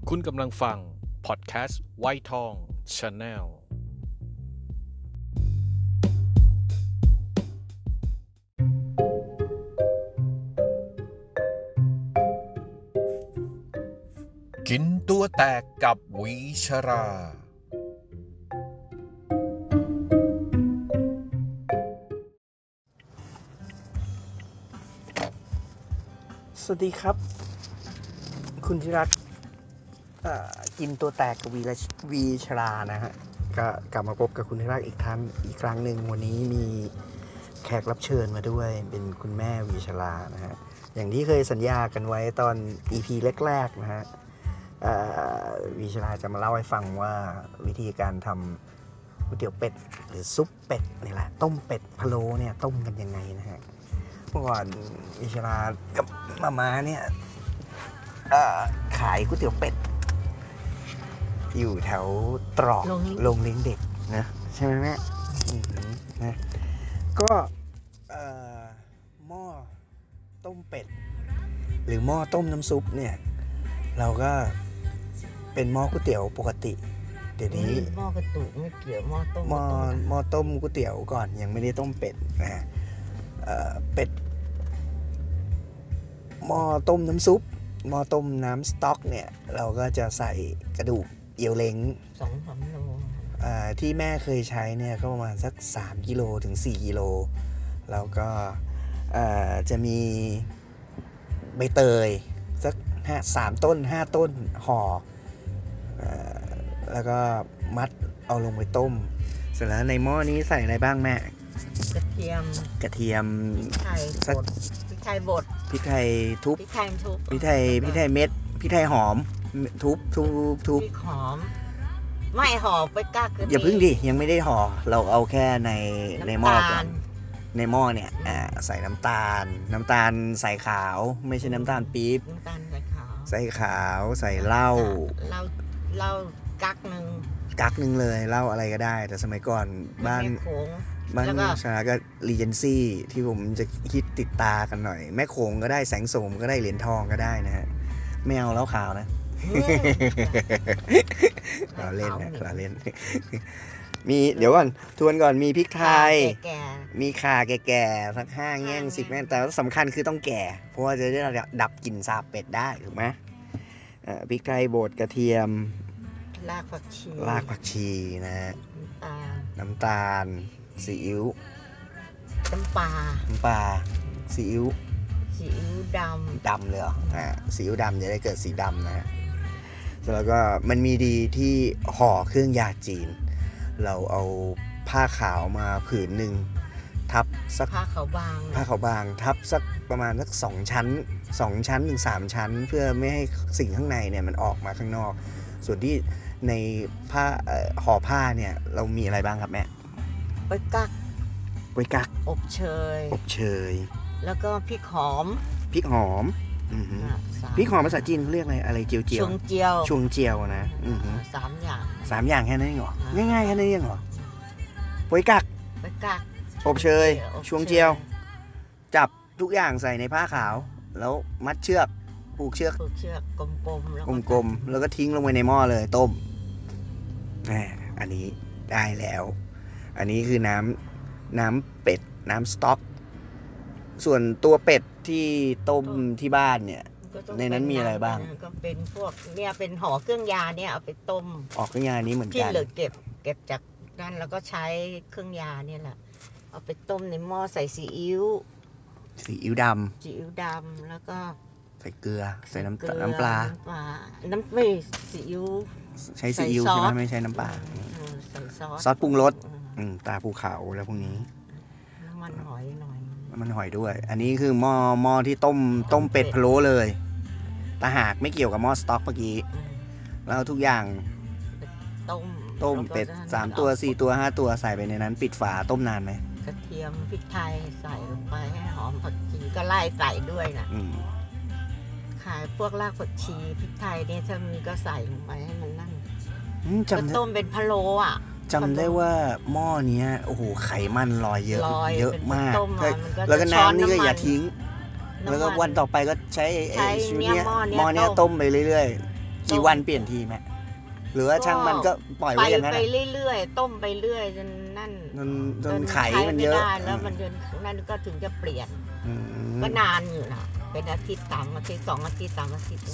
คุณกำลังฟังพอดแคสต์ไวท์ทอง Channel กินตัวแตกกับวีชราสวัสดีครับคุณธิรัตน์กินตัวแตกกับวีชรานะฮะก็กลับมาพบกับคุณธิรัตน์อีกครั้งหนึ่งวันนี้มีแขกรับเชิญมาด้วยเป็นคุณแม่วีชรานะฮะอย่างที่เคยสัญญากันไว้ตอน EP แรกๆนะฮะวีชราจะมาเล่าให้ฟังว่าวิธีการทำก๋วยเตี๋ยวเป็ดหรือซุปเป็ดนี่แหละต้มเป็ดพะโล้เนี่ยต้มกันยังไงนะฮะเมื่อก่อนวิชรากับมาเนี่ยขายก๋วยเตี๋ยวเป็ดอยู่แถวตรอกโรงเลี้ยงเด็กนะใช่ไหมแม่นะก็หม้อต้มเป็ดหรือหม้อต้มน้ำซุปเนี่ยเราก็เป็นหม้อก๋วยเตี๋ยวปกติเดี๋ยวนี้หม้อกระตุกไม่เกี่ยวหม้อต้มหม้อต้มก๋วยเตี๋ยวก่อนยังไม่ได้ต้มเป็ดนะเป็ดหม้อต้มน้ำซุปหม้อต้มน้ำสต๊อกเนี่ยเราก็จะใส่กระดูกเอียวเล้ง 2-3 โลที่แม่เคยใช้เนี่ยก็ประมาณสัก3 กิโลถึง4 กิโลแล้วก็จะมีใบเตยสัก3 ต้น 5 ต้นห่อแล้วก็มัดเอาลงไปต้มเสร็จแล้วในหม้อนี้ใส่อะไรบ้างแม่กระเทียมพริกไทยบดพริกไทยทุบพริกไทยเม็ดพริกไทยหอมทุบพริกหอมไม่ห่อไปกากอย่าพึ่งดิยังไม่ได้ห่อเราเอาแค่ในหม้อก่อนในหม้อเนี่ยใส่น้ำตาลใส่ขาวไม่ใช่น้ำตาลปี๊บน้ำตาลใส่ขาวใส่เหล้ากักหนึ่งเลยเหล้าอะไรก็ได้แต่สมัยก่อนบ้านชาก็รีเจนซี่ที่ผมจะคิดติดตากันหน่อยแม่โขงก็ได้แสงโสมก็ได้เหรียญทองก็ได้นะฮะไม่เอาเหล้าขาวนะเราเล่นมีเดี๋ยวก่อนทวนก่อนมีพริกไทยมีข่าแก่ๆสัก5 แง่ง 10 แง่งแต่สำคัญคือต้องแก่เพราะว่าจะได้ดับกลิ่นสาบเป็ดได้ถูกไหมพริกไทยบดกระเทียมรากผักชีนะฮะน้ำตาลซีอิ๊วน้ำปลาซีอิ๊วดำเลยเหรอซีอิ๊วดำจะได้เกิดสีดำนะฮะแล้วก็มันมีดีที่ห่อเครื่องยาจีนเราเอาผ้าขาวมาผืนหนึ่งทับสักผ้าขาวบางทับสักประมาณสัก2 ชั้นถึง3 ชั้นเพื่อไม่ให้สิ่งข้างในเนี่ยมันออกมาข้างนอกส่วนที่ในผ้าห่อผ้าเนี่ยเรามีอะไรบ้างครับแม่ไว้กักอบเชยแล้วก็พริกหอมพริกหอมภาษาจีนเขาเรียกอะไรเจียวชวงเจียวนะ 3 อย่างแค่นั้นเองเหรอง่ายๆแค่นั้นเองเหรอไว้กักอบเชยชวงเจียวจับทุกอย่างใส่ในผ้าขาวแล้วมัดเชือกผูกเชือกกลมๆแล้วก็ทิ้งลงไปในหม้อเลยต้มอันนี้ได้แล้วอันนี้คือน้ำเป็ดน้ำสต๊อกส่วนตัวเป็ดที่ต้มที่บ้านเนี่ยในนั้นมีอะไรบ้างก็เป็นพวกเนี่ยเป็นห่อเครื่องยาเนี่ยเอาไปต้มเครื่องยานี้เหมือนกันที่เหลือเก็บจากนั้นแล้วก็ใช้เครื่องยาเนี่ยแหละเอาไปต้มในหม้อใส่ซีอิ๊วดำแล้วก็ใส่เกลือใส่น้ำปลาไม่ซีอิ๊วใช้ซีอิ๊วใช่ไหมไม่ใช่น้ำปลาใส่ซอสปรุงรสตาภูเขาแล้วพวกนี้น้ำมันหอยหน่อยมันหอยด้วยอันนี้คือหม้อที่ต้มเป็ดพะโล้เลยตาหากไม่เกี่ยวกับหม้อสต๊อกเมื่อกี้แล้วทุกอย่างต้มเป็ด3 ตัว4 ตัว5 ตัวใส่ไปในนั้นปิดฝาต้มนานไหมกระเทียมพริกไทยใส่ลงไปให้หอมผักชีก็ไล่ใส่ด้วยนะขายพวกรากผักชีพริกไทยเนี่ยถ้ามีก็ใส่ลงไปให้มันนั่นก็ต้มเป็นพะโล้จำได้ว่าหม้อนี้โอ้โหไขมันลอยเยอะมากแล้วก็น้ำนี่ก็อย่าทิ้งแล้วก็วันต่อไปก็ใช้ชุดนี้หม้อนี้ต้มไปเรื่อยๆกี่วันเปลี่ยนทีไหมหรือว่าช่างมันก็ปล่อยไว้อย่างนั้นไปเรื่อยๆต้มไปเรื่อยจนนั่นจนไข่มันเยอะแล้วมันจนนั่นก็ถึงจะเปลี่ยนก็นานอยู่นะเป็นอาทิตย์3 อาทิตย์2 อาทิตย์3 อาทิตย์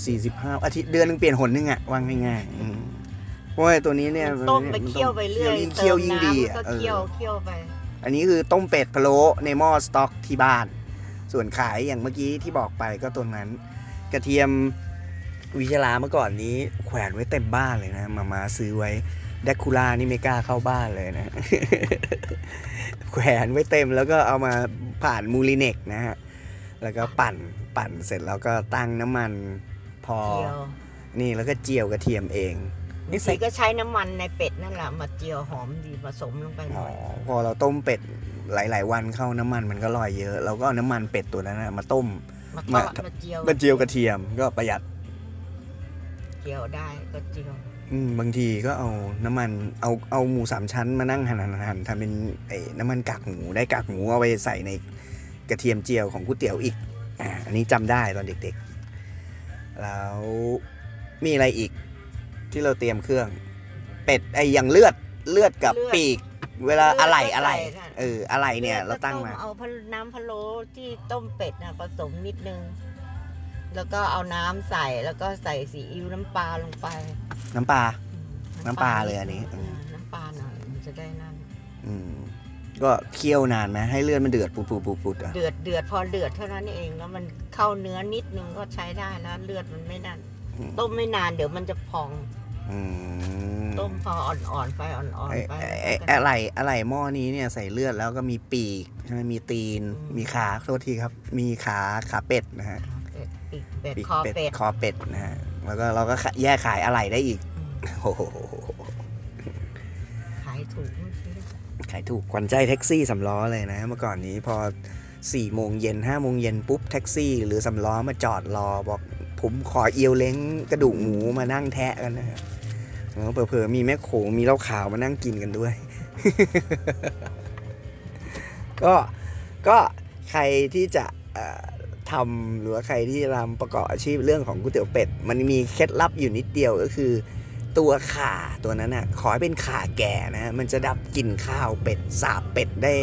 15 อาทิตย์เดือนนึงเปลี่ยนหนนึงอ่ะวางง่ายๆเพราะว่าตัวนี้เนี่ยต้มไปเคี่ยวไปเรื่อยยิ่งเคี่ยวยิ่งดีก็เคี่ยวไปอันนี้คือต้มเป็ดพะโล้ในหม้อสต๊อกที่บ้านส่วนขายอย่างเมื่อกี้ที่บอกไปก็ตัวนั้นกระเทียมวิชลาเมื่อก่อนนี้แขวนไว้เต็มบ้านเลยนะมาซื้อไว้แดกคูล่านี่ไม่กล้าเข้าบ้านเลยนะ แขวนไว้เต็มแล้วก็เอามาผ่านมูลิเน็กนะฮะแล้วก็ปั่นเสร็จแล้วก็ตั้งน้ำมันพอนี่แล้วก็เจียวกระเทียมเองนี่ใส่ก็ใช้น้ำมันในเป็ดนั่นแหละมาเจียวหอมดีผสมลงไปหน่อยพอเราต้มเป็ดหลายๆวันเข้าน้ำมันก็ลอยเยอะเราก็เอาน้ำมันเป็ดตัวนั้นนะมาต้มมาเจียวกระเทียมก็ประหยัดเจียวได้ก็เจียวบางทีก็เอาน้ำมันเอาหมู3 ชั้นมานั่งหั่นทำเป็นน้ำมันกากหมูได้กากหมูเอาไปใส่ในกระเทียมเจียวของก๋วยเตี๋ยวอีกอันนี้จำได้ตอนเด็กๆแล้วมีอะไรอีกที่เราเตรียมเครื่องเป็ดอย่างเลือดกับปีกเวลาอะไรเนี่ยเราตั้งมาเอาน้ำพะโล้ที่ต้มเป็ดนะผสมนิดนึงแล้วก็เอาน้ำใส่แล้วก็ใส่ซีอิ๊วน้ำปลาลงไปน้ำปลาเลยอันนี้น้ำปลาหน่อยมันจะได้นั่นก็เคี่ยวนานไหมให้เลือดมันเดือดปุดเดือดพอเดือดเท่านั้นเองแล้วมันเข้าเนื้อนิดนึงก็ใช้ได้แล้วเลือดมันไม่นั่นต้มไม่นานเดี๋ยวมันจะพองต้มพออ่อนๆไฟอ่อนๆไปอะไรหม้อนี้เนี่ยใส่เลือดแล้วก็มีปีกใช่ไหมมีตีนมีขาโทษทีครับมีขาเป็ดนะฮะปีกคอเป็ดนะฮะแล้วก็เราก็แยกขายอะไรได้อีกโอ้โหขายถูกขวัญใจแท็กซี่3 ล้อเลยนะเมื่อก่อนนี้พอ4 โมงเย็น5 โมงเย็นปุ๊บแท็กซี่หรือ3 ล้อมาจอดรอบอกผมขอเอียวเล้งกระดูกหมูมานั่งแทะกันนะฮะเผลอๆมีแม่โขงมีเหล้าขาวมานั่งกินกันด้วย ก็ใครที่จะทำหรือว่าใครที่ทำประกอบอาชีพเรื่องของก๋วยเตี๋ยวเป็ดมันมีเคล็ดลับอยู่นิดเดียวก็คือตัวข่าตัวนั้นน่ะขอให้เป็นข่าแก่นะมันจะดับกลิ่นข้าวเป็ดสาบเป็ดได้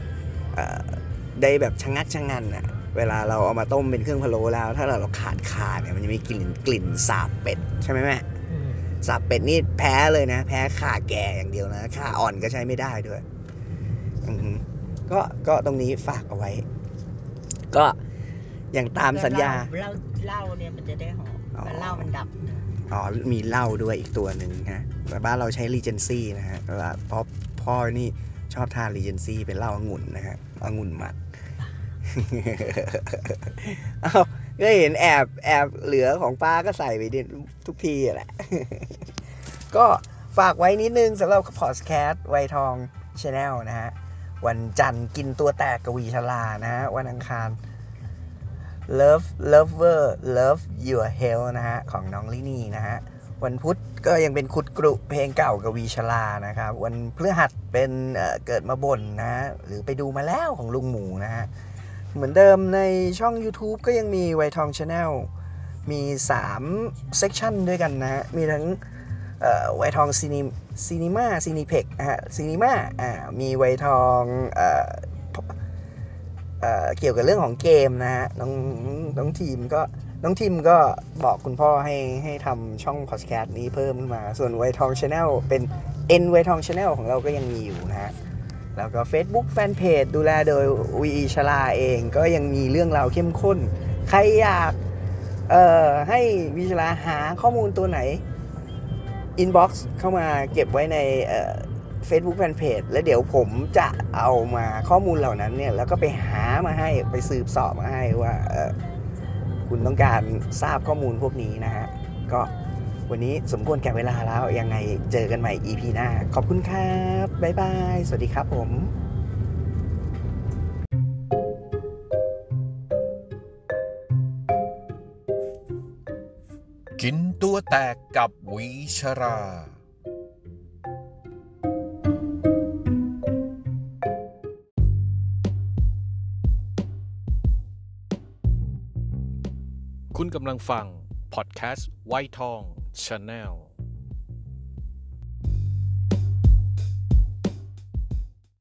แบบชะงักชะงันน่ะเวลาเราเอามาต้มเป็นเครื่องพะโล้แล้วถ้าเราขาดข่าเนี่ยมันจะมีกลิ่นสาบเป็ดใช่ไหมแม่สาบเป็ดนี่แพ้เลยนะแพ้ข่าแก่อย่างเดียวนะข่าอ่อนก็ใช้ไม่ได้ด้วยก็ตรงนี้ฝากเอาไว้ก็อย่างตามสัญญาเหล้าเนี่ยมันจะได้หอมเหล้ามันดับมีเหล้าด้วยอีกตัวหนึ่งนะแต่บ้านเราใช้ Regency นะฮะเพราะพ่อนี่ชอบทาน Regency เป็นเหล้าองุ่นนะฮะองุ่นหมักก็เห็นแอบเหลือของป้าก็ใส่ไปทุกทีแหละก็ฝากไว้นิดนึงสำหรับพอดแคสต์ไวทอง Channel นะฮะวันจันทร์กินตัวแตกกวีชลานะฮะวันอังคารLove Your Health นะฮะของน้องลินี่นะฮะวันพุธก็ยังเป็นขุดกรุเพลงเก่ากวีชลานะครับวันพฤหัสเป็นเกิดมาบ่นนะฮะหรือไปดูมาแล้วของลุงหมูนะฮะเหมือนเดิมในช่อง YouTube ก็ยังมีไวทอง Channel มี3 section ด้วยกันนะฮะมีทั้งไวทองซีนีเพ็กนะฮะซีนีมามีไวทองเกี่ยวกับเรื่องของเกมนะฮะน้องทีมก็บอกคุณพ่อให้ทำช่องพอดแคสต์นี้เพิ่มขึ้นมาส่วนไวทอง Channel เป็น ไวทอง Channel ของเราก็ยังมีอยู่นะฮะแล้วก็ Facebook Fanpage ดูแลโดยวีชลาเองก็ยังมีเรื่องราวเข้มข้นใครอยากให้วีชลาหาข้อมูลตัวไหน inbox เข้ามาเก็บไว้ในFacebook Fanpage แล้วเดี๋ยวผมจะเอามาข้อมูลเหล่านั้นเนี่ยแล้วก็ไปหามาให้ไปสืบสอบมาให้ว่าคุณต้องการทราบข้อมูลพวกนี้นะฮะก็วันนี้สมควรแก่เวลาแล้วยังไงเจอกันใหม่ EP หน้าขอบคุณครับบ๊ายบายสวัสดีครับผมกินตัวแตกกับวีชราคุณกำลังฟังพอดแคสต์ไวท์ทอง Channel